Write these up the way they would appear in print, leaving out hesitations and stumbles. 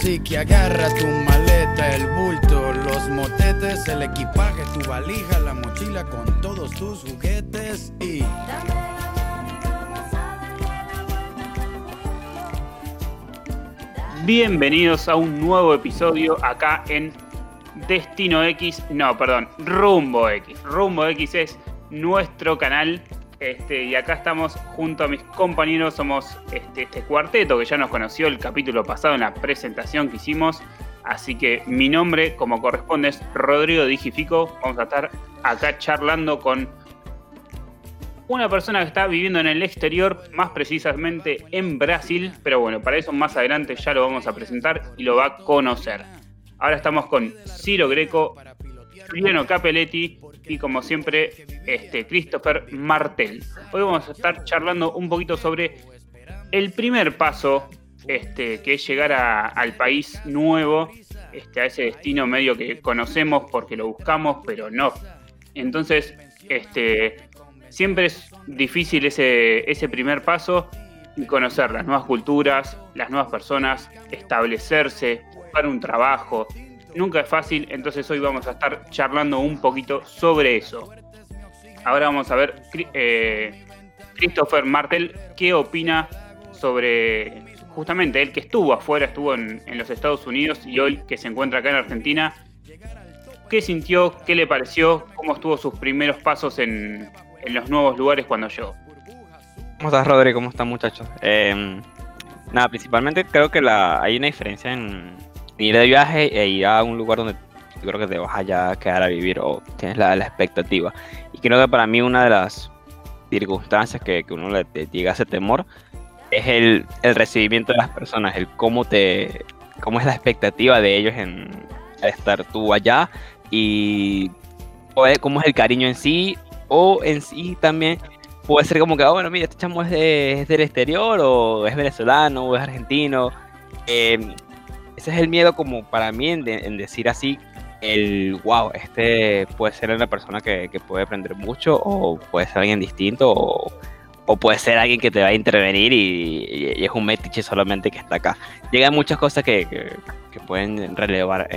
Así que agarra tu maleta, el bulto, los motetes, el equipaje, tu valija, la mochila con todos tus juguetes y... Bienvenidos a un nuevo episodio acá en Destino X, Rumbo X. Rumbo X es nuestro canal y acá estamos junto a mis compañeros, somos este cuarteto que ya nos conoció el capítulo pasado en la presentación que hicimos. Así que mi nombre, como corresponde, es Rodrigo Digifico. Vamos a estar acá charlando con una persona que está viviendo en el exterior, más precisamente en Brasil, pero bueno, para eso más adelante ya lo vamos a presentar y lo va a conocer. Ahora estamos con Ciro Greco, Juliano Capelletti y como siempre, Christopher Martel. Hoy vamos a estar charlando un poquito sobre el primer paso, que es llegar al país nuevo, a ese destino medio que conocemos porque lo buscamos, pero no. Entonces, siempre es difícil ese primer paso y conocer las nuevas culturas, las nuevas personas, establecerse, buscar un trabajo. Nunca es fácil, entonces hoy vamos a estar charlando un poquito sobre eso. Ahora vamos a ver Christopher Martel qué opina sobre justamente él que estuvo afuera, estuvo en los Estados Unidos y hoy que se encuentra acá en Argentina. ¿Qué sintió? ¿Qué le pareció? ¿Cómo estuvo sus primeros pasos en los nuevos lugares cuando llegó? ¿Cómo estás, Rodri? ¿Cómo están, muchachos? Principalmente creo que hay una diferencia en ir de viaje e ir a un lugar donde yo creo que te vas allá a quedar a vivir o tienes la expectativa. Y creo que para mí una de las circunstancias que uno le llega a ese temor es el recibimiento de las personas, el cómo es la expectativa de ellos al estar tú allá y cómo es el cariño en sí, o en sí también puede ser como que, bueno, mira, este chamo es del exterior, o es venezolano, o es argentino. Ese es el miedo como para mí en decir así, wow, puede ser una persona que puede aprender mucho, o puede ser alguien distinto, o puede ser alguien que te va a intervenir y es un metiche solamente que está acá. Llegan muchas cosas que pueden relevar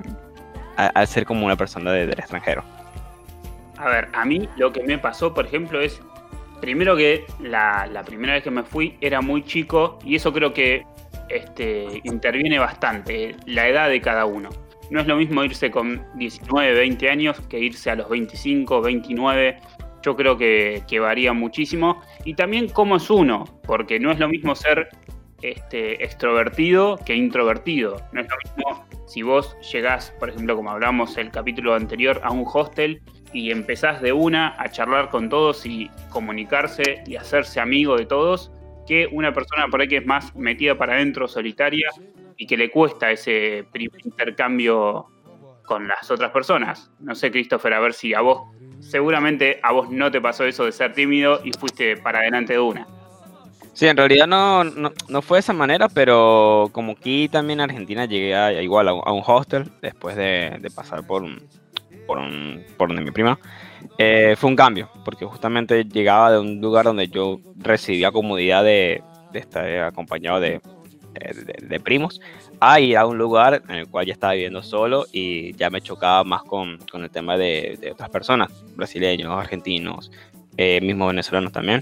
al ser como una persona del extranjero. A ver, a mí lo que me pasó, por ejemplo, es primero que la primera vez que me fui era muy chico y eso creo que interviene bastante, la edad de cada uno. No es lo mismo irse con 19, 20 años que irse a los 25, 29. Yo creo que varía muchísimo. Y también cómo es uno, porque no es lo mismo ser extrovertido que introvertido. No es lo mismo si vos llegás, por ejemplo, como hablamos el capítulo anterior, a un hostel y empezás de una a charlar con todos y comunicarse y hacerse amigo de todos, que una persona por ahí que es más metida para adentro, solitaria, y que le cuesta ese primer intercambio con las otras personas. No sé, Christopher, a ver si seguramente a vos no te pasó eso de ser tímido y fuiste para adelante de una. Sí, en realidad no fue de esa manera, pero como aquí también en Argentina llegué igual a un hostel después de pasar por donde mi prima. Fue un cambio, porque justamente llegaba de un lugar donde yo recibía comodidad de estar acompañado de primos, a ir a un lugar en el cual ya estaba viviendo solo y ya me chocaba más con el tema de otras personas, brasileños, argentinos, mismos venezolanos también.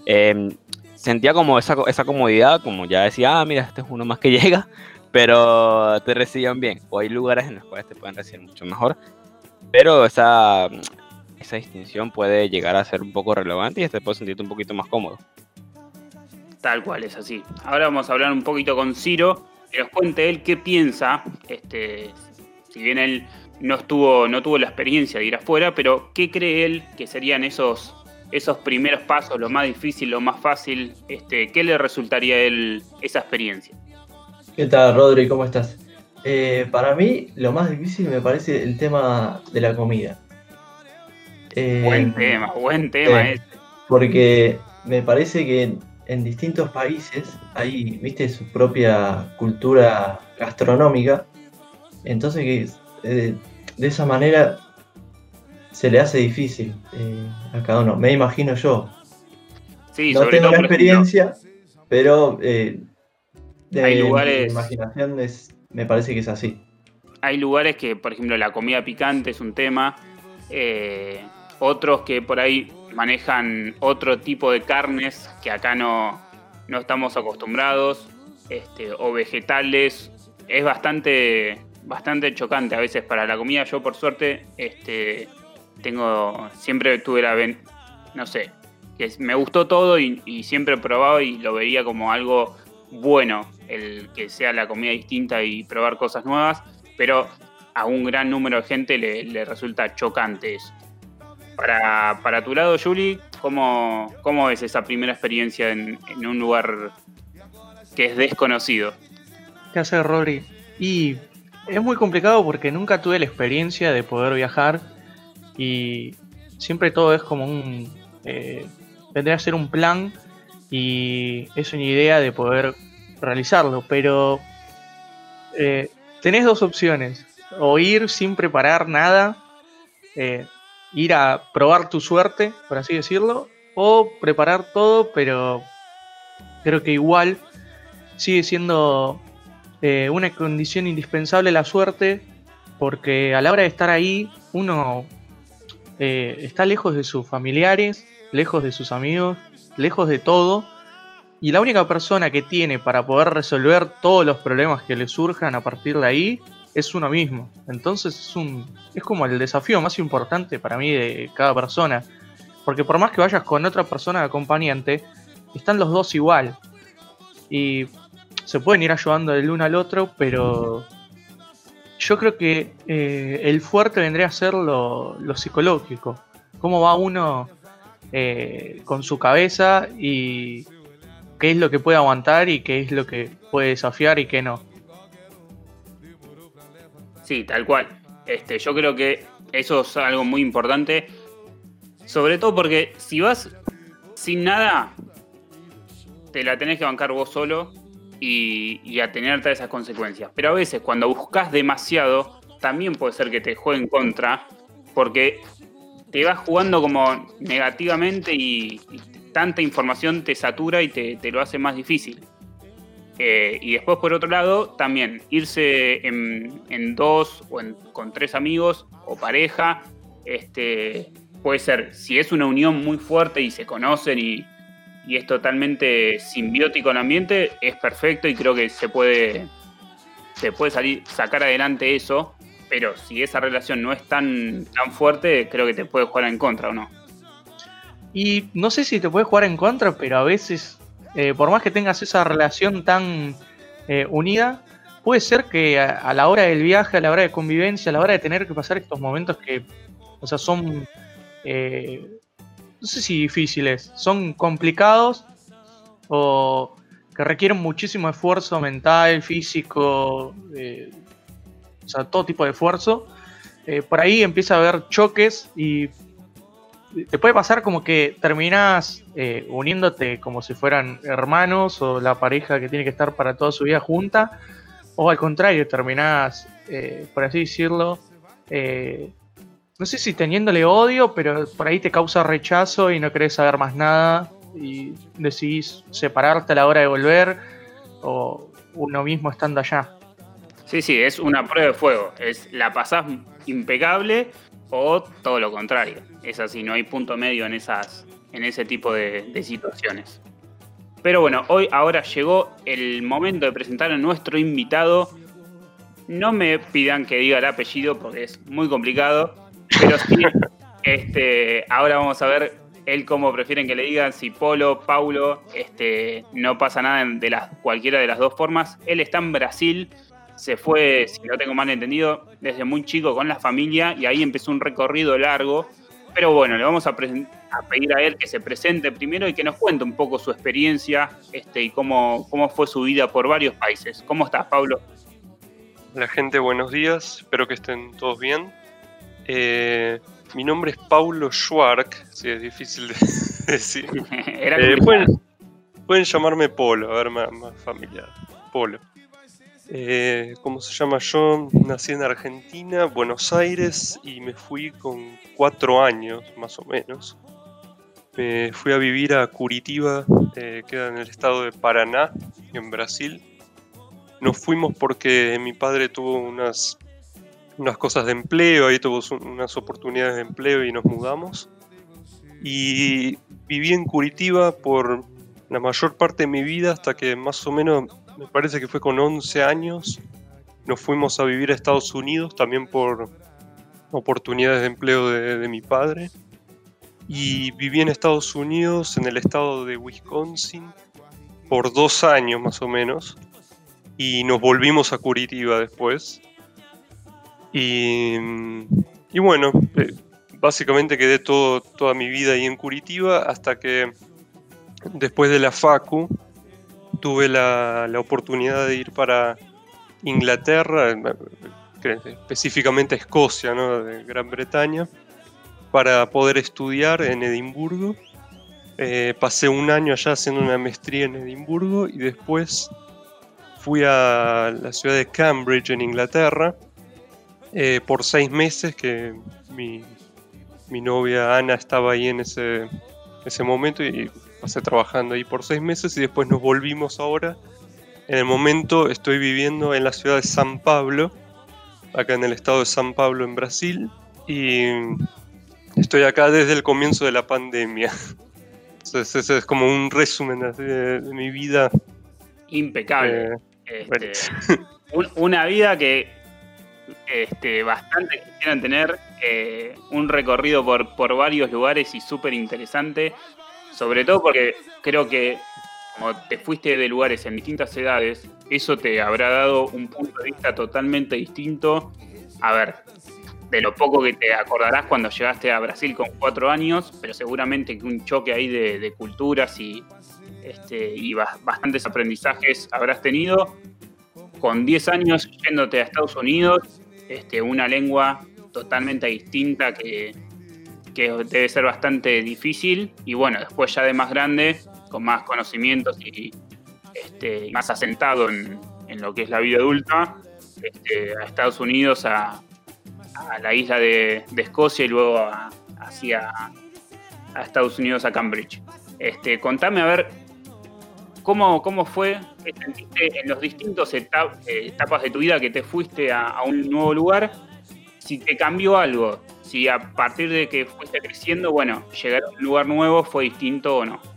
Sentía como esa comodidad, como ya decía, mira, este es uno más que llega, pero te recibían bien. O hay lugares en los cuales te pueden recibir mucho mejor, pero esa distinción puede llegar a ser un poco relevante y te puede sentirte un poquito más cómodo. Tal cual, es así. Ahora vamos a hablar un poquito con Ciro, que nos cuente él qué piensa, si bien él no tuvo la experiencia de ir afuera, pero qué cree él que serían esos primeros pasos, lo más difícil, lo más fácil, ¿qué le resultaría a él esa experiencia? ¿Qué tal, Rodri? ¿Cómo estás? Para mí, lo más difícil me parece el tema de la comida. Buen tema porque me parece que en distintos países hay, viste, su propia cultura gastronómica, entonces de esa manera se le hace difícil a cada uno, me imagino yo. Sí, no sobre tengo todo, la experiencia, pero hay lugares, mi imaginación es me parece que es así. Hay lugares que, por ejemplo, la comida picante es un tema. Otros que por ahí manejan otro tipo de carnes que acá no estamos acostumbrados. O vegetales. Es bastante chocante a veces para la comida. Yo, por suerte, siempre tuve no sé, me gustó todo y siempre he probado y lo vería como algo bueno, el que sea la comida distinta y probar cosas nuevas, pero a un gran número de gente le resulta chocante eso. Para tu lado, Juli, ¿cómo es esa primera experiencia en un lugar que es desconocido? ¿Qué hacer, Rodri? Y es muy complicado porque nunca tuve la experiencia de poder viajar y siempre todo es como vendría a ser un plan y es una idea de poder realizarlo, pero tenés dos opciones: o ir sin preparar nada, ir a probar tu suerte, por así decirlo, o preparar todo, pero creo que igual sigue siendo una condición indispensable la suerte, porque a la hora de estar ahí uno está lejos de sus familiares, lejos de sus amigos, lejos de todo, y la única persona que tiene para poder resolver todos los problemas que le surjan a partir de ahí es uno mismo. Entonces es como el desafío más importante para mí de cada persona, porque por más que vayas con otra persona de acompañante, están los dos igual y se pueden ir ayudando del uno al otro, pero yo creo que el fuerte vendría a ser lo psicológico. Cómo va uno con su cabeza y qué es lo que puede aguantar y qué es lo que puede desafiar y qué no. Sí, tal cual. Yo creo que eso es algo muy importante, sobre todo porque si vas sin nada, te la tenés que bancar vos solo y atenerte a esas consecuencias. Pero a veces cuando buscas demasiado, también puede ser que te juegue en contra, porque te vas jugando como negativamente y tanta información te satura y te lo hace más difícil. Y después, por otro lado, también irse en dos o con tres amigos o pareja, puede ser, si es una unión muy fuerte y se conocen y es totalmente simbiótico el ambiente, es perfecto y creo que se puede sacar adelante eso. Pero si esa relación no es tan fuerte, creo que te puede jugar en contra, ¿o no? Y no sé si te puede jugar en contra, pero a veces, por más que tengas esa relación tan unida, puede ser que a la hora del viaje, a la hora de convivencia, a la hora de tener que pasar estos momentos que, o sea, son, no sé si difíciles, son complicados o que requieren muchísimo esfuerzo mental, físico, o sea, todo tipo de esfuerzo, por ahí empieza a haber choques y te puede pasar como que terminás uniéndote como si fueran hermanos o la pareja que tiene que estar para toda su vida junta, o al contrario, terminás, por así decirlo, no sé si teniéndole odio, pero por ahí te causa rechazo y no querés saber más nada y decidís separarte a la hora de volver o uno mismo estando allá. Sí, es una prueba de fuego. La pasás impecable o todo lo contrario. Es así, no hay punto medio en ese tipo de situaciones. Pero bueno, ahora llegó el momento de presentar a nuestro invitado. No me pidan que diga el apellido porque es muy complicado, pero sí, ahora vamos a ver él cómo prefieren que le digan, si Polo, Paulo, no pasa nada de cualquiera de las dos formas. Él está en Brasil. Se fue, si no tengo mal entendido, desde muy chico con la familia y ahí empezó un recorrido largo. Pero bueno, le vamos a pedir a él que se presente primero y que nos cuente un poco su experiencia y cómo fue su vida por varios países. ¿Cómo estás, Pablo? Hola gente, buenos días. Espero que estén todos bien. Mi nombre es Paulo Schwark, sí, es difícil de decir. Pueden llamarme Polo, a ver, más familiar. Polo. ¿Cómo se llama? Yo nací en Argentina, Buenos Aires, y me fui con 4 años, más o menos. Me fui a vivir a Curitiba, queda en el estado de Paraná, en Brasil. nos fuimos porque mi padre tuvo unas cosas de empleo, ahí tuvo unas oportunidades de empleo y nos mudamos. Y viví en Curitiba por la mayor parte de mi vida hasta que más o menos, me parece que fue con 11 años, nos fuimos a vivir a Estados Unidos, también por oportunidades de empleo de mi padre. Y viví en Estados Unidos, en el estado de Wisconsin, por 2 años más o menos. Y nos volvimos a Curitiba después. Y bueno, básicamente quedé toda mi vida ahí en Curitiba hasta que después de la facu tuve la oportunidad de ir para Inglaterra, específicamente Escocia, ¿no? De Gran Bretaña, para poder estudiar en Edimburgo. Pasé un año allá haciendo una maestría en Edimburgo y después fui a la ciudad de Cambridge en Inglaterra por 6 meses, que mi novia Ana estaba ahí en ese momento y pasé trabajando ahí por 6 meses y después nos volvimos ahora. En el momento estoy viviendo en la ciudad de San Pablo, acá en el estado de San Pablo en Brasil, y estoy acá desde el comienzo de la pandemia. Entonces ese es como un resumen así de mi vida. Impecable. Bueno. Una vida que bastante quisieran tener, un recorrido por varios lugares y súper interesante, sobre todo porque creo que como te fuiste de lugares en distintas edades, eso te habrá dado un punto de vista totalmente distinto. A ver, de lo poco que te acordarás cuando llegaste a Brasil con 4 años, pero seguramente que un choque ahí de culturas y bastantes aprendizajes habrás tenido. Con 10 años yéndote a Estados Unidos, una lengua totalmente distinta que debe ser bastante difícil. Y bueno, después ya de más grande, con más conocimientos y más asentado en lo que es la vida adulta, a Estados Unidos, a la isla de Escocia y luego hacia a Estados Unidos, a Cambridge. Contame a ver cómo fue que sentiste en los distintos etapas de tu vida que te fuiste a un nuevo lugar, si te cambió algo, si a partir de que fuiste creciendo, bueno, llegar a un lugar nuevo fue distinto o no.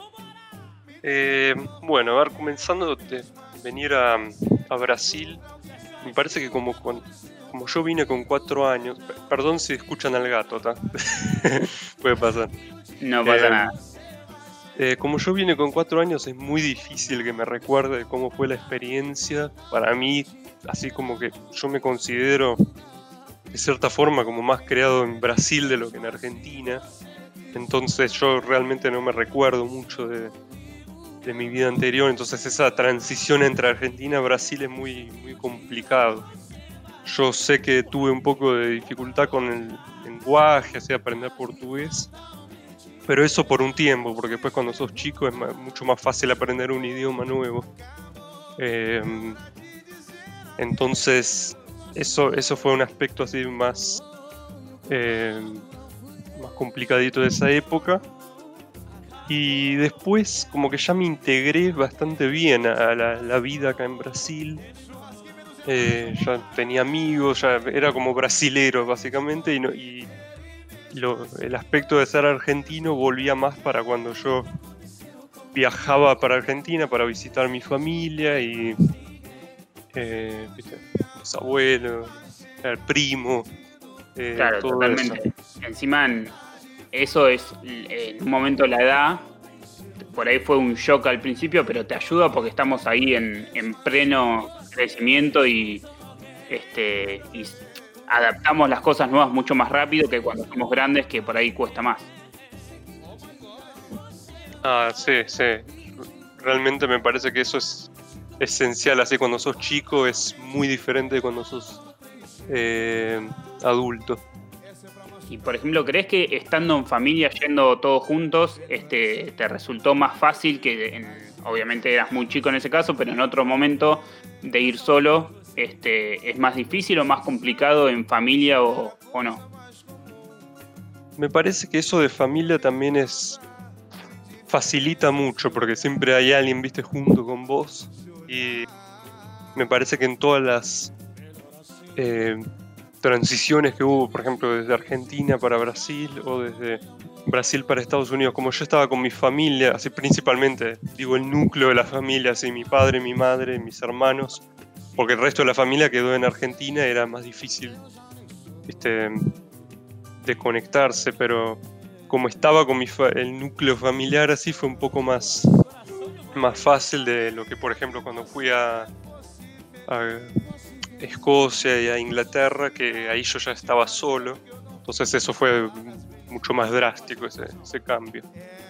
Bueno, a ver, comenzando de venir a Brasil, me parece que como yo vine con 4 años, perdón si escuchan al gato, ¿tá? Puede pasar. No pasa nada. Como yo vine con 4 años, es muy difícil que me recuerde cómo fue la experiencia. Para mí, así como que yo me considero de cierta forma como más creado en Brasil de lo que en Argentina. Entonces yo realmente no me recuerdo mucho de mi vida anterior. Entonces esa transición entre Argentina y Brasil es muy, muy complicado. Yo sé que tuve un poco de dificultad con el lenguaje, así aprender portugués. Pero eso por un tiempo, porque después cuando sos chico es mucho más fácil aprender un idioma nuevo. Entonces eso fue un aspecto así más complicadito de esa época. Y después como que ya me integré bastante bien a la vida acá en Brasil. Ya tenía amigos, ya era como brasilero básicamente, y el aspecto de ser argentino volvía más para cuando yo viajaba para Argentina para visitar mi familia y los abuelos, el primo, claro, todo totalmente. eso. Encima eso es en un momento la edad, por ahí fue un shock al principio, pero te ayuda porque estamos ahí en pleno crecimiento y adaptamos las cosas nuevas mucho más rápido que cuando somos grandes, que por ahí cuesta más. Sí. Realmente me parece que eso es esencial. Así cuando sos chico es muy diferente de cuando sos adulto. Y por ejemplo, ¿crees que estando en familia, yendo todos juntos, te resultó más fácil que obviamente eras muy chico en ese caso, pero en otro momento de ir solo, es más difícil o más complicado en familia o no? Me parece que eso de familia también facilita mucho, porque siempre hay alguien, viste, junto con vos. Y me parece que en todas las transiciones que hubo, por ejemplo, desde Argentina para Brasil o desde Brasil para Estados Unidos, como yo estaba con mi familia, así principalmente, digo, el núcleo de la familia, así mi padre, mi madre, mis hermanos, porque el resto de la familia quedó en Argentina, era más difícil de conectarse, pero como estaba con el núcleo familiar así, fue un poco más fácil de lo que, por ejemplo, cuando fui a Escocia y a Inglaterra, que ahí yo ya estaba solo, entonces eso fue mucho más drástico, ese cambio.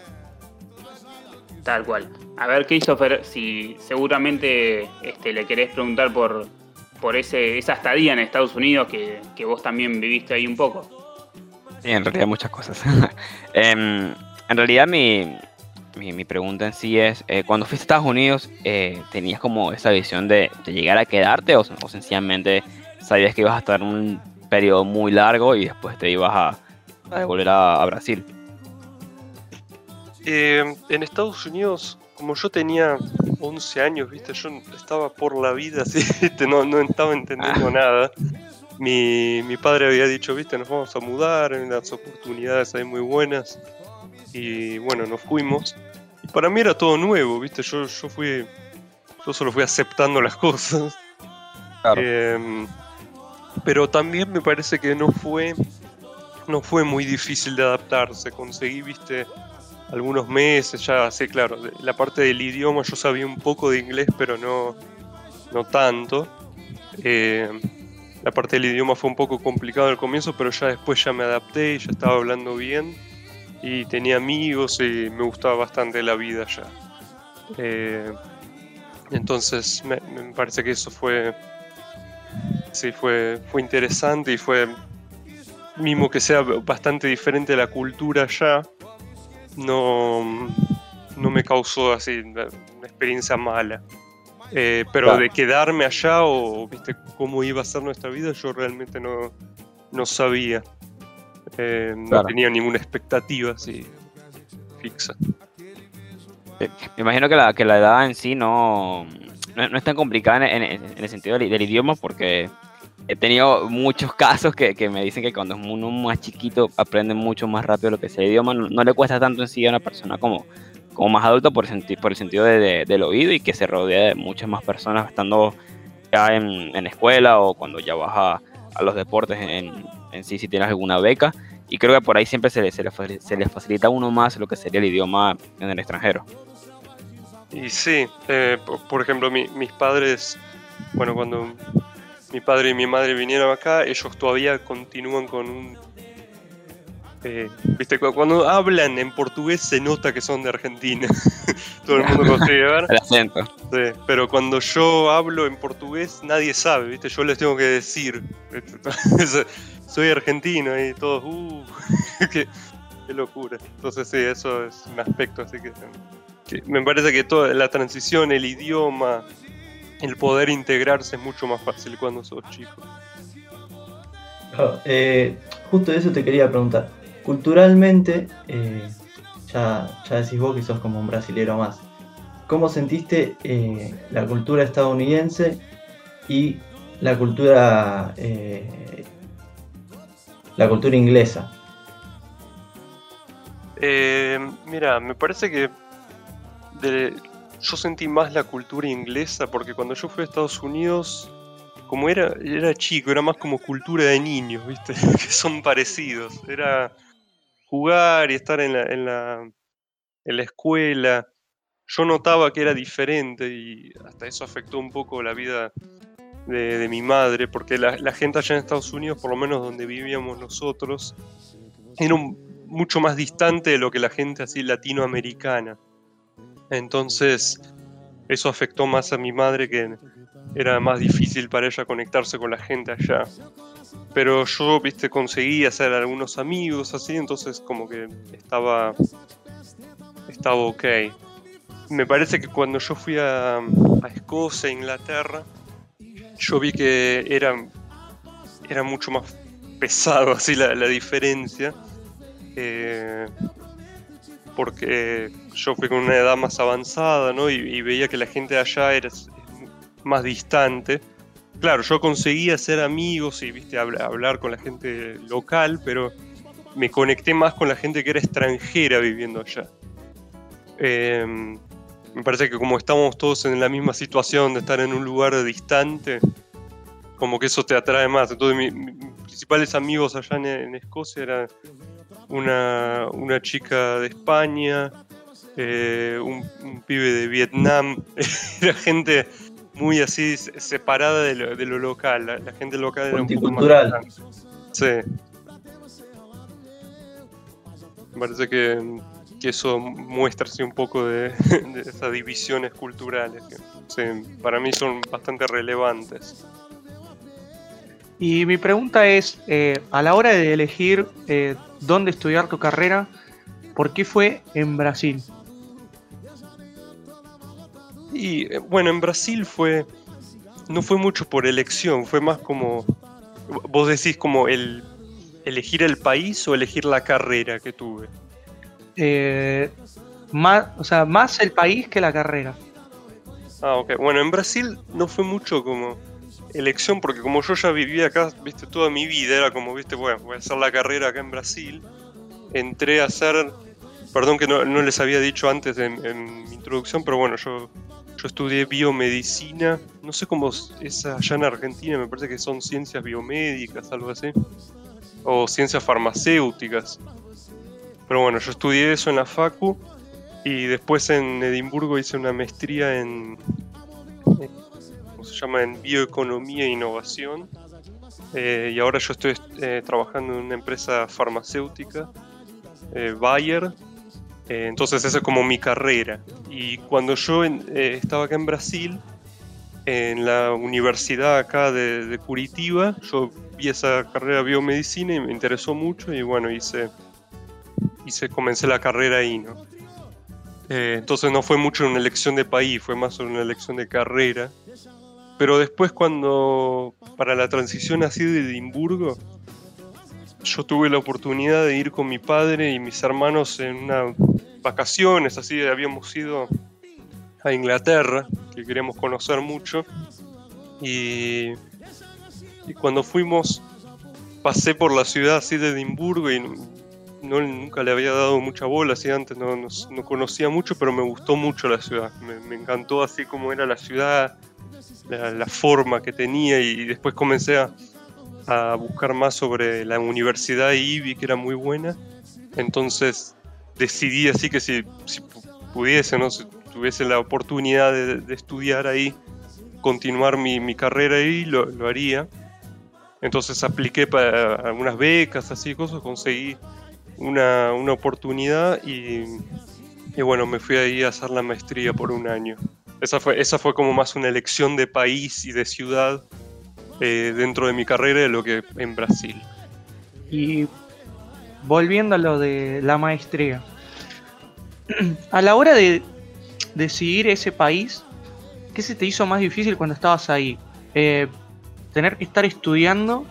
Tal cual. A ver, Christopher, si seguramente le querés preguntar por esa estadía en Estados Unidos que vos también viviste ahí un poco. Sí, en realidad muchas cosas. En realidad mi pregunta en sí es, cuando fuiste a Estados Unidos, ¿tenías como esa visión de llegar a quedarte o sencillamente sabías que ibas a estar un periodo muy largo y después te ibas a devolver a Brasil? En Estados Unidos, como yo tenía 11 años, ¿viste? Yo estaba por la vida, así, ¿viste? No estaba entendiendo nada. Mi padre había dicho, ¿viste? Nos vamos a mudar, hay unas oportunidades ahí muy buenas. Y bueno, nos fuimos. Y para mí era todo nuevo, ¿viste? Yo solo fui aceptando las cosas. Claro. Pero también me parece que no fue muy difícil de adaptarse. Conseguí, ¿viste? Algunos meses, ya sé, claro, la parte del idioma yo sabía un poco de inglés, pero no tanto. La parte del idioma fue un poco complicado al comienzo, pero ya después ya me adapté y ya estaba hablando bien. Y tenía amigos y me gustaba bastante la vida allá. Entonces me parece que eso fue interesante y fue, mismo que sea bastante diferente la cultura allá, no me causó así una experiencia mala. Pero Claro. de quedarme allá o viste cómo iba a ser nuestra vida, yo realmente no sabía. No Claro. tenía ninguna expectativa así fixa. Me imagino que la edad en sí no es tan complicada en el sentido del idioma, porque he tenido muchos casos que me dicen que cuando es uno más chiquito aprende mucho más rápido lo que sea el idioma. No le cuesta tanto en sí a una persona como más adulta por el sentido del oído, y que se rodea de muchas más personas estando ya en escuela o cuando ya vas a los deportes en sí, si tienes alguna beca. Y creo que por ahí siempre se le facilita a uno más lo que sería el idioma en el extranjero. Y sí, por ejemplo, mis padres, bueno, cuando mi padre y mi madre vinieron acá, ellos todavía continúan con un... viste, cuando hablan en portugués se nota que son de Argentina. Todo el mundo consigue ver. El acento. Sí, pero cuando yo hablo en portugués nadie sabe, ¿viste? Yo les tengo que decir, soy argentino y todos, qué locura. Entonces sí, eso es un aspecto así que me parece que toda la transición, el idioma, el poder integrarse es mucho más fácil cuando sos chico. Justo de eso te quería preguntar. Culturalmente, ya decís vos que sos como un brasilero más. ¿Cómo sentiste la cultura estadounidense y la cultura inglesa? Mira, me parece que yo sentí más la cultura inglesa, porque cuando yo fui a Estados Unidos, como era chico, era más como cultura de niños, ¿viste? Que son parecidos. Era jugar y estar en la escuela. Yo notaba que era diferente y hasta eso afectó un poco la vida de mi madre, porque la gente allá en Estados Unidos, por lo menos donde vivíamos nosotros, era mucho más distante de lo que la gente así latinoamericana. Entonces eso afectó más a mi madre, que era más difícil para ella conectarse con la gente allá. Pero yo, viste, conseguí hacer algunos amigos así, entonces como que estaba ok. Me parece que cuando yo fui a Escocia, Inglaterra, yo vi que era mucho más pesado así la diferencia, porque yo fui con una edad más avanzada, ¿no? Y veía que la gente de allá más distante. Claro, yo conseguí hacer amigos y, viste, hablar con la gente local, pero me conecté más con la gente que era extranjera viviendo allá. Me parece que como estamos todos en la misma situación de estar en un lugar distante, como que eso te atrae más. Entonces mis principales amigos allá en Escocia eran una chica de España, un pibe de Vietnam. Era gente muy así separada de lo local. La gente local era un poco más Multicultural. distante. Sí. Me parece que eso muestra así un poco de esas divisiones culturales que sí, para mí son bastante relevantes. Y mi pregunta es, a la hora de elegir dónde estudiar tu carrera, ¿por qué fue en Brasil? Y bueno, en Brasil no fue mucho por elección, fue más como, vos decís como elegir el país o elegir la carrera que tuve. Más el país que la carrera. Ah, ok. Bueno, en Brasil no fue mucho como elección, porque como yo ya vivía acá, viste, toda mi vida era como, viste, bueno, voy a hacer la carrera acá en Brasil. Entré a hacer, perdón que no les había dicho antes en mi introducción, pero bueno, yo estudié biomedicina, no sé cómo es allá en Argentina, me parece que son ciencias biomédicas, algo así, o ciencias farmacéuticas. Pero bueno, yo estudié eso en la Facu y después en Edimburgo hice una maestría en ¿cómo se llama? En bioeconomía e innovación. Y ahora yo estoy trabajando en una empresa farmacéutica, Bayer. Entonces esa es como mi carrera. Y cuando yo estaba acá en Brasil, en la universidad acá de Curitiba, yo vi esa carrera de biomedicina y me interesó mucho y bueno, comencé la carrera ahí, ¿no? Entonces no fue mucho una elección de país, fue más una elección de carrera. Pero después para la transición así de Edimburgo, yo tuve la oportunidad de ir con mi padre y mis hermanos en unas vacaciones, así habíamos ido a Inglaterra, que queríamos conocer mucho. Y cuando fuimos, pasé por la ciudad así de Edimburgo y nunca le había dado mucha bola, así antes no conocía mucho, pero me gustó mucho la ciudad. Me encantó así como era la ciudad, la forma que tenía, y después comencé a buscar más sobre la universidad y vi que era muy buena. Entonces decidí así que si pudiese, ¿no? Si tuviese la oportunidad de estudiar ahí, continuar mi carrera ahí, lo haría. Entonces apliqué para algunas becas, así cosas, conseguí una oportunidad y bueno, me fui ahí a hacer la maestría por un año. Esa fue como más una elección de país y de ciudad dentro de mi carrera de lo que en Brasil. Y volviendo a lo de la maestría, a la hora de decidir ese país, ¿qué se te hizo más difícil cuando estabas ahí? Tener que estar estudiando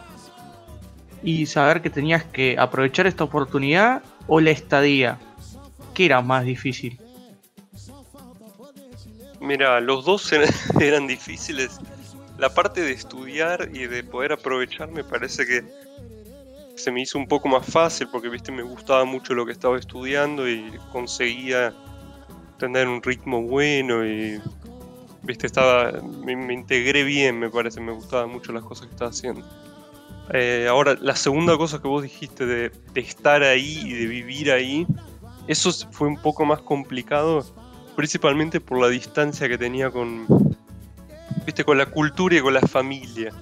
y saber que tenías que aprovechar esta oportunidad, o la estadía. ¿Qué era más difícil? Mira, los dos eran difíciles. La parte de estudiar y de poder aprovechar me parece que se me hizo un poco más fácil porque, viste, me gustaba mucho lo que estaba estudiando y conseguía tener un ritmo bueno y, viste, me integré bien, me parece, me gustaban mucho las cosas que estaba haciendo. Ahora, la segunda cosa que vos dijiste de estar ahí y de vivir ahí, eso fue un poco más complicado, principalmente por la distancia que tenía con la cultura y con la familia.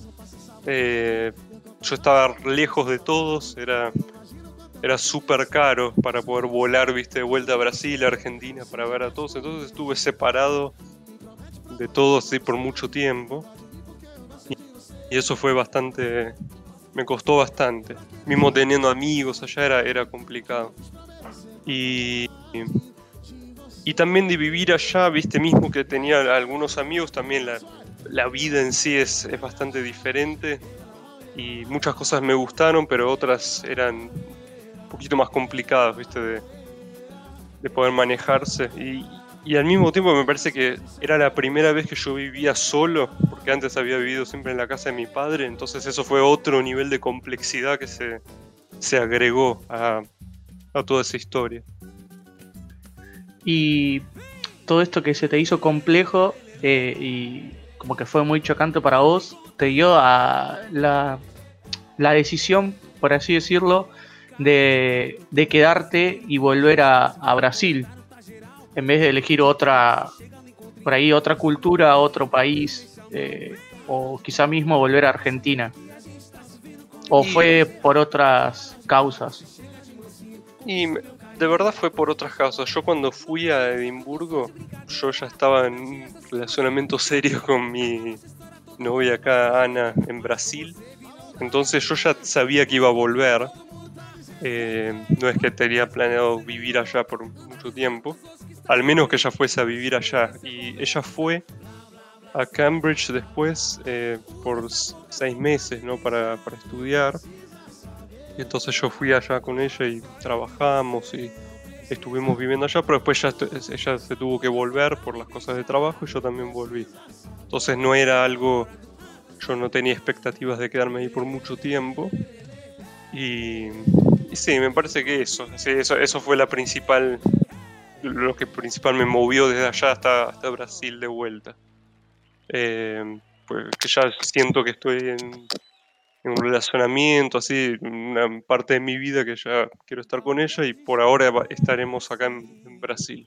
Yo estaba lejos de todos, era súper caro para poder volar, viste, de vuelta a Brasil, a Argentina, para ver a todos. Entonces estuve separado de todos por mucho tiempo. Y eso fue me costó bastante. Mismo teniendo amigos allá era complicado. Y también de vivir allá, viste, mismo que tenía algunos amigos, también la vida en sí es bastante diferente. Y muchas cosas me gustaron, pero otras eran un poquito más complicadas, viste, de poder manejarse. Y Y al mismo tiempo me parece que era la primera vez que yo vivía solo, porque antes había vivido siempre en la casa de mi padre, entonces eso fue otro nivel de complejidad que se agregó a toda esa historia. Y todo esto que se te hizo complejo y como que fue muy chocante para vos, te dio a la decisión, por así decirlo, de quedarte y volver a Brasil, en vez de elegir otra cultura, otro país, o quizá mismo volver a Argentina. ¿O fue por otras causas? Y de verdad fue por otras causas. Yo cuando fui a Edimburgo, yo ya estaba en un relacionamiento serio con mi novia acá, Ana, en Brasil. Entonces yo ya sabía que iba a volver. No es que tenía planeado vivir allá por mucho tiempo. Al menos que ella fuese a vivir allá. Y ella fue a Cambridge después por 6 meses, ¿no? para estudiar. Y entonces yo fui allá con ella y trabajamos y estuvimos viviendo allá, pero después ella se tuvo que volver por las cosas de trabajo y yo también volví. Entonces no era algo, yo no tenía expectativas de quedarme ahí por mucho tiempo. Y sí, me parece que eso fue lo que principal me movió desde allá hasta Brasil de vuelta. Pues que ya siento que estoy en un relacionamiento, así, una parte de mi vida que ya quiero estar con ella y por ahora estaremos acá en Brasil.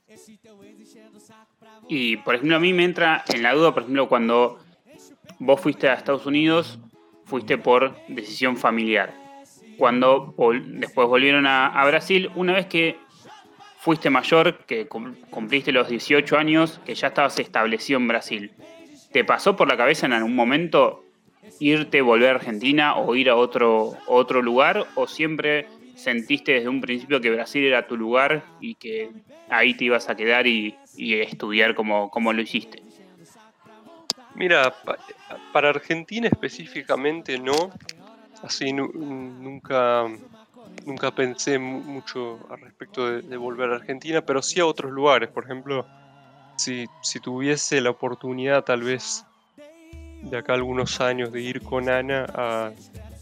Y, por ejemplo, a mí me entra en la duda, por ejemplo, cuando vos fuiste a Estados Unidos, fuiste por decisión familiar. Cuando después volvieron a Brasil, una vez que fuiste mayor, que cumpliste los 18 años, que ya estabas establecido en Brasil, ¿te pasó por la cabeza en algún momento irte, volver a Argentina o ir a otro lugar? ¿O siempre sentiste desde un principio que Brasil era tu lugar y que ahí te ibas a quedar y estudiar como lo hiciste? Mira, para Argentina específicamente no. Así nunca pensé mucho al respecto de volver a Argentina, pero sí a otros lugares. Por ejemplo, si tuviese la oportunidad tal vez de acá a algunos años de ir con Ana a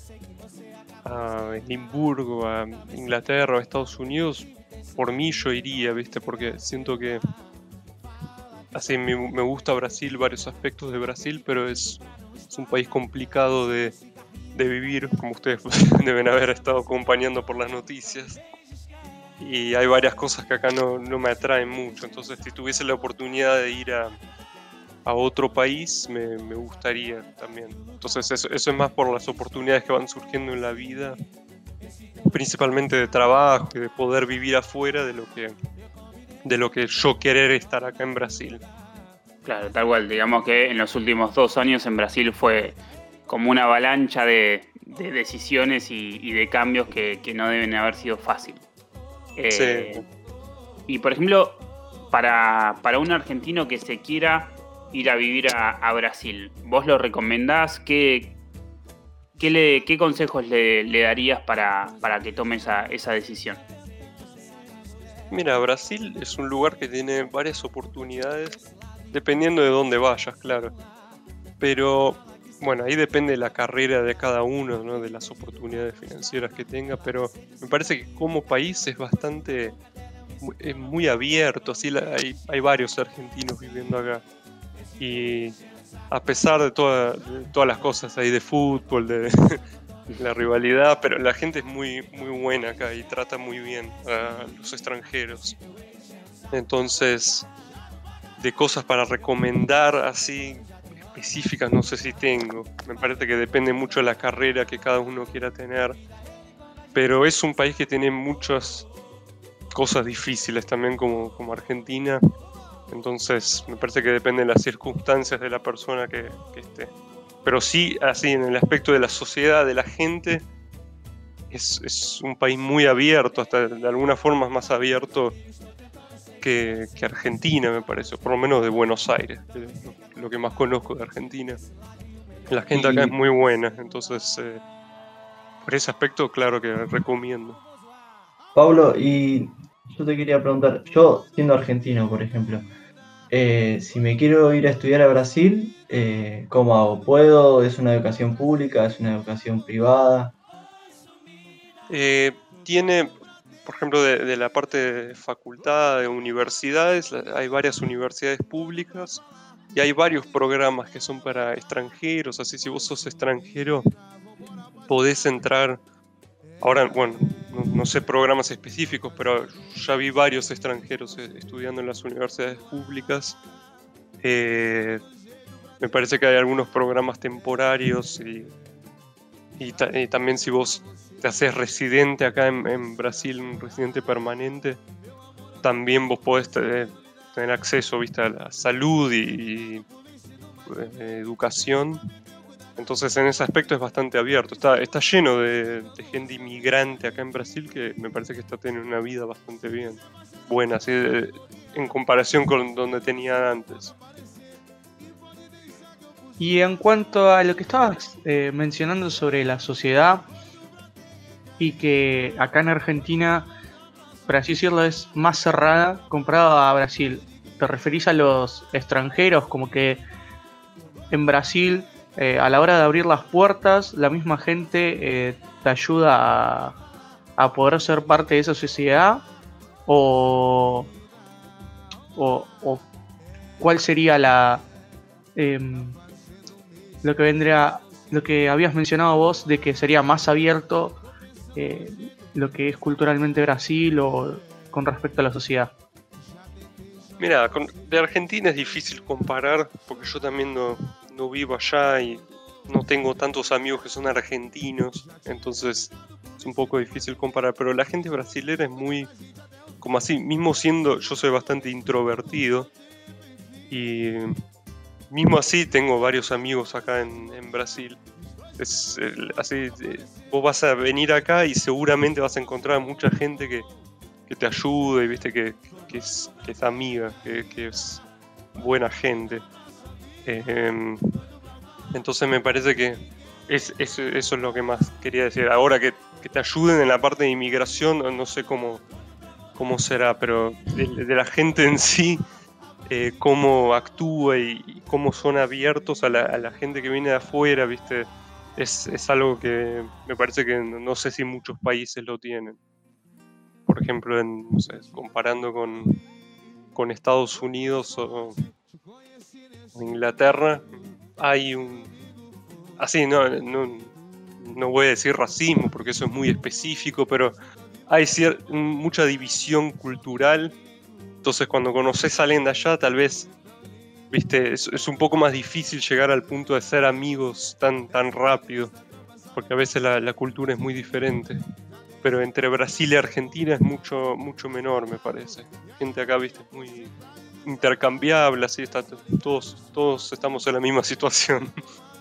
Edimburgo, a Inglaterra o a Estados Unidos, por mí yo iría, ¿viste? Porque siento que así me gusta Brasil, varios aspectos de Brasil, pero es un país complicado de vivir, como ustedes deben haber estado acompañando por las noticias. Y hay varias cosas que acá no me atraen mucho. Entonces, si tuviese la oportunidad de ir a otro país, me gustaría también. Entonces, eso es más por las oportunidades que van surgiendo en la vida, principalmente de trabajo y de poder vivir afuera de lo que yo querer estar acá en Brasil. Claro, tal cual. Digamos que en los últimos 2 años en Brasil fue como una avalancha de decisiones y de cambios que no deben haber sido fáciles. Sí. Y por ejemplo, para un argentino que se quiera ir a vivir a Brasil, ¿vos lo recomendás? ¿Qué consejos le darías para que tome esa decisión? Mira, Brasil es un lugar que tiene varias oportunidades, dependiendo de dónde vayas, claro. Pero bueno, ahí depende de la carrera de cada uno, ¿no? De las oportunidades financieras que tenga, pero me parece que como país es muy abierto, así hay varios argentinos viviendo acá. Y a pesar de todas las cosas ahí de fútbol, de la rivalidad, pero la gente es muy, muy buena acá y trata muy bien a los extranjeros. Entonces, de cosas para recomendar así específicas no sé si tengo. Me parece que depende mucho de la carrera que cada uno quiera tener. Pero es un país que tiene muchas cosas difíciles también como Argentina. Entonces me parece que depende de las circunstancias de la persona que esté. Pero sí, así en el aspecto de la sociedad, de la gente, es un país muy abierto, hasta de alguna forma es más abierto que Argentina, me parece, por lo menos de Buenos Aires, lo que más conozco de Argentina. La gente acá es muy buena, entonces por ese aspecto claro que recomiendo. Pablo, y yo te quería preguntar, yo siendo argentino, por ejemplo, Si me quiero ir a estudiar a Brasil, ¿cómo hago? ¿Puedo? ¿Es una educación pública? ¿Es una educación privada? Tiene, por ejemplo, de la parte de facultad, de universidades, hay varias universidades públicas y hay varios programas que son para extranjeros, así si vos sos extranjero podés entrar. Ahora, bueno, no sé programas específicos, pero ya vi varios extranjeros estudiando en las universidades públicas. Me parece que hay algunos programas temporarios y también si vos te haces residente acá en Brasil, un residente permanente, también vos podés tener acceso, ¿viste? A la salud y educación. Entonces en ese aspecto es bastante abierto. Está lleno de gente inmigrante acá en Brasil que me parece que está teniendo una vida bastante bien, buena, así en comparación con donde tenía antes. Y en cuanto a lo que estabas mencionando sobre la sociedad y que acá en Argentina, por así decirlo, es más cerrada comparado a Brasil, ¿te referís a los extranjeros? Como que en Brasil, a la hora de abrir las puertas, la misma gente te ayuda a poder ser parte de esa sociedad, o cuál sería lo que vendría, lo que habías mencionado vos, de que sería más abierto lo que es culturalmente Brasil o con respecto a la sociedad. Mira, de Argentina es difícil comparar porque yo también no vivo allá y no tengo tantos amigos que son argentinos, entonces es un poco difícil comparar, pero la gente brasilera es muy, como así, mismo siendo, yo soy bastante introvertido y mismo así tengo varios amigos acá en Brasil. Así, vos vas a venir acá y seguramente vas a encontrar mucha gente que te ayude, viste, que es amiga, que es buena gente. Entonces me parece que eso es lo que más quería decir. Ahora que te ayuden en la parte de inmigración, no sé cómo será, pero de la gente en sí, cómo actúa y cómo son abiertos a la gente que viene de afuera, viste, es algo que me parece que no sé si muchos países lo tienen. Por ejemplo, no sé, comparando con Estados Unidos o Inglaterra, hay así, no voy a decir racismo porque eso es muy específico, pero hay mucha división cultural. Entonces cuando conoces a alguien de allá, tal vez, viste, es un poco más difícil llegar al punto de ser amigos tan rápido, porque a veces la cultura es muy diferente. Pero entre Brasil y Argentina es mucho menor, me parece. Gente acá, viste, es muy intercambiable, así todos estamos en la misma situación.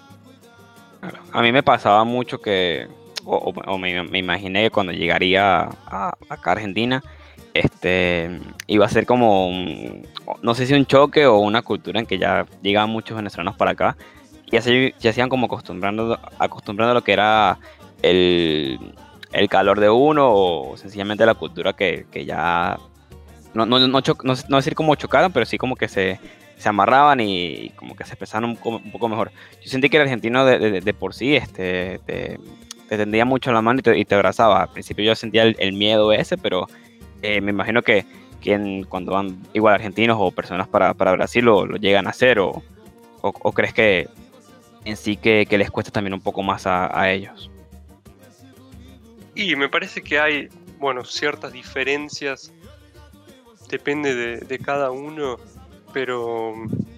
A mí me pasaba mucho que, o me imaginé que cuando llegaría acá a Argentina, iba a ser como no sé si un choque o una cultura en que ya llegaban muchos venezolanos para acá y así ya se iban como acostumbrando a lo que era el calor de uno o sencillamente la cultura que ya no decir como chocaron, pero sí como que se amarraban y como que se expresaban un poco mejor. Yo sentí que el argentino de por sí te tendía mucho la mano y te abrazaba. Al principio yo sentía el miedo ese, pero me imagino que cuando van igual argentinos o personas para Brasil lo llegan a hacer o crees que en sí que les cuesta también un poco más a ellos. Y me parece que hay, bueno, ciertas diferencias, depende de cada uno, pero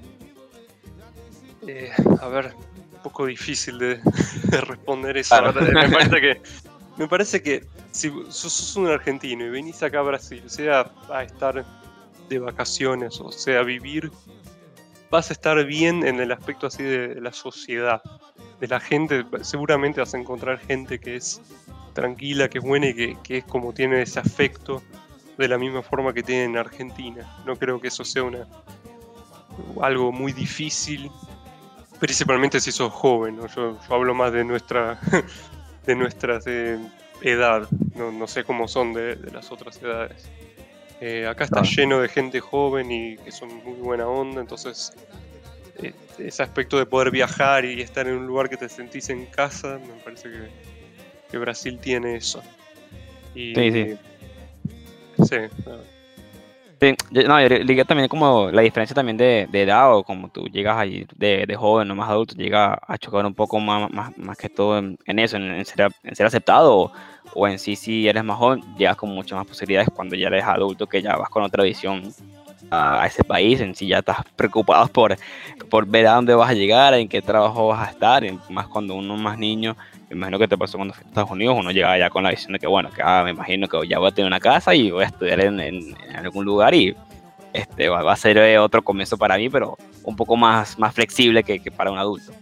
a ver, un poco difícil de responder eso. Claro. Me parece que si sos un argentino y venís acá a Brasil, sea a estar de vacaciones o sea a vivir, vas a estar bien en el aspecto así de la sociedad, de la gente. Seguramente vas a encontrar gente que es tranquila, que es buena y que es como tiene ese afecto de la misma forma que tiene en Argentina. No creo que eso sea algo muy difícil, principalmente si sos joven, ¿no? Yo hablo más de nuestra edad, no sé cómo son de las otras edades. Acá está lleno de gente joven y que son muy buena onda, entonces ese aspecto de poder viajar y estar en un lugar que te sentís en casa, me parece que Brasil tiene eso. Y, Sí. Sí, Sí, yo diría también como la diferencia también de edad, o como tú llegas ahí de joven o más adulto, llega a chocar un poco más que todo en eso, en ser aceptado, o en sí, si eres más joven, llegas con muchas más posibilidades cuando ya eres adulto, que ya vas con otra visión a ese país, en sí ya estás preocupado por ver a dónde vas a llegar, en qué trabajo vas a estar, más cuando uno es más niño. Me imagino que te pasó cuando fuiste a Estados Unidos, uno llega ya con la visión de que, bueno, que me imagino que ya voy a tener una casa y voy a estudiar en algún lugar, y va a ser otro comienzo para mí, pero un poco más flexible que para un adulto.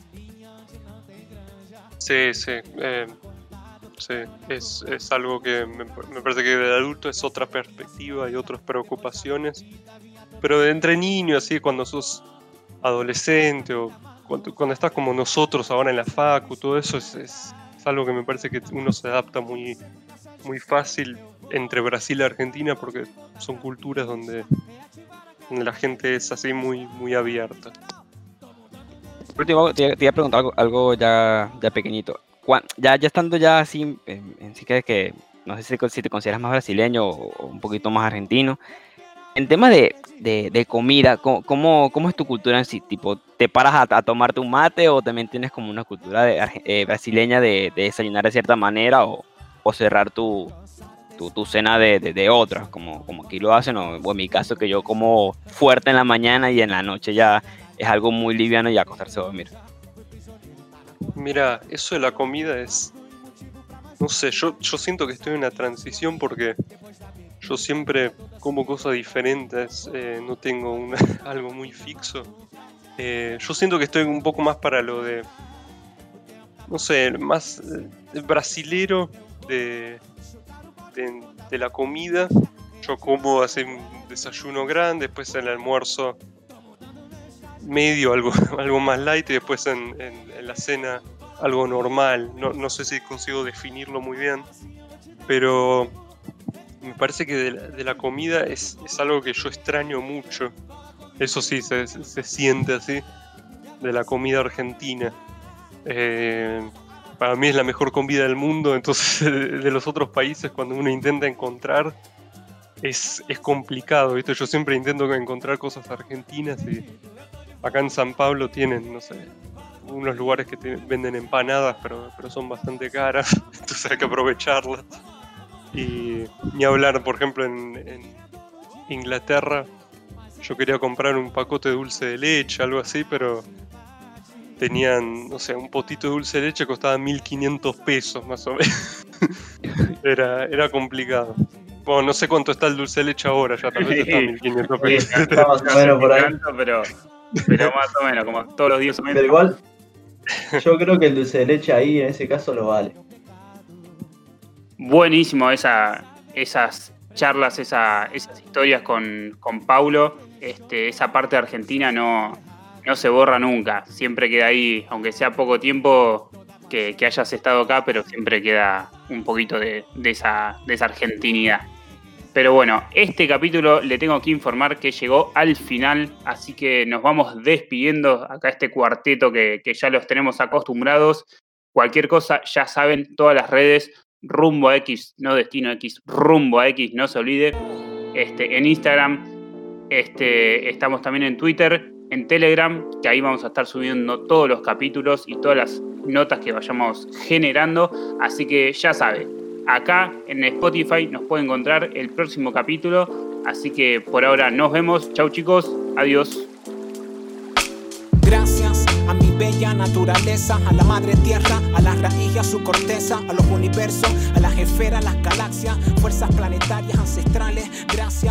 sí. Sí, es algo que me parece que de adulto es otra perspectiva y otras preocupaciones, pero de entre niños, así, cuando sos adolescente o cuando estás como nosotros ahora en la facu, todo eso es algo que me parece que uno se adapta muy, muy fácil entre Brasil y Argentina, porque son culturas donde la gente es así muy, muy abierta. Por último, te iba a preguntar algo ya pequeñito. Ya estando ya así, en sí que no sé si te consideras más brasileño o un poquito más argentino. En tema de comida, ¿cómo es tu cultura en sí? Tipo, ¿te paras a tomarte un mate, o también tienes como una cultura brasileña de desayunar de cierta manera, o cerrar tu cena de otras, como aquí lo hacen, o en mi caso, que yo como fuerte en la mañana y en la noche ya es algo muy liviano y acostarse a dormir? Mira, eso de la comida es... No sé, yo siento que estoy en una transición porque yo siempre como cosas diferentes, no tengo algo muy fixo. Yo siento que estoy un poco más para lo de... No sé, más brasilero de la comida. Yo como así un desayuno grande, después el almuerzo medio, algo más light, y después en la cena algo normal. No sé si consigo definirlo muy bien, pero me parece que de la comida es algo que yo extraño mucho. Eso sí, se siente así, de la comida argentina. Para mí es la mejor comida del mundo, entonces de los otros países, cuando uno intenta encontrar, es complicado, ¿viste? Yo siempre intento encontrar cosas argentinas, y acá en San Pablo tienen, no sé, unos lugares que venden empanadas, pero son bastante caras, entonces hay que aprovecharlas. Y ni hablar, por ejemplo, en Inglaterra, yo quería comprar un pacote de dulce de leche, algo así, pero tenían, no sé, un potito de dulce de leche costaba 1.500 pesos más o menos. Era complicado. Bueno, no sé cuánto está el dulce de leche ahora, ya tal vez está a 1.500 pesos. Está más o menos por ahí. Pero más o menos, como todos los días. Pero igual, yo creo que el dulce de leche ahí en ese caso lo vale. Buenísimo esas charlas, esas historias con Paulo. Esa parte de Argentina no se borra nunca. Siempre queda ahí, aunque sea poco tiempo que hayas estado acá, pero siempre queda un poquito de esa argentinidad. Pero bueno, este capítulo le tengo que informar que llegó al final, así que nos vamos despidiendo acá este cuarteto que ya los tenemos acostumbrados. Cualquier cosa, ya saben, todas las redes, Rumbo a X, no Destino X, Rumbo a X, no se olvide. En Instagram, estamos también en Twitter, en Telegram, que ahí vamos a estar subiendo todos los capítulos y todas las notas que vayamos generando. Así que ya sabe, acá en Spotify nos puede encontrar el próximo capítulo. Así que por ahora nos vemos. Chau chicos, adiós. Gracias a mi bella naturaleza, a la madre tierra, a la raíz y a su corteza, a los universos, a las esferas, las galaxias, fuerzas planetarias ancestrales. Gracias.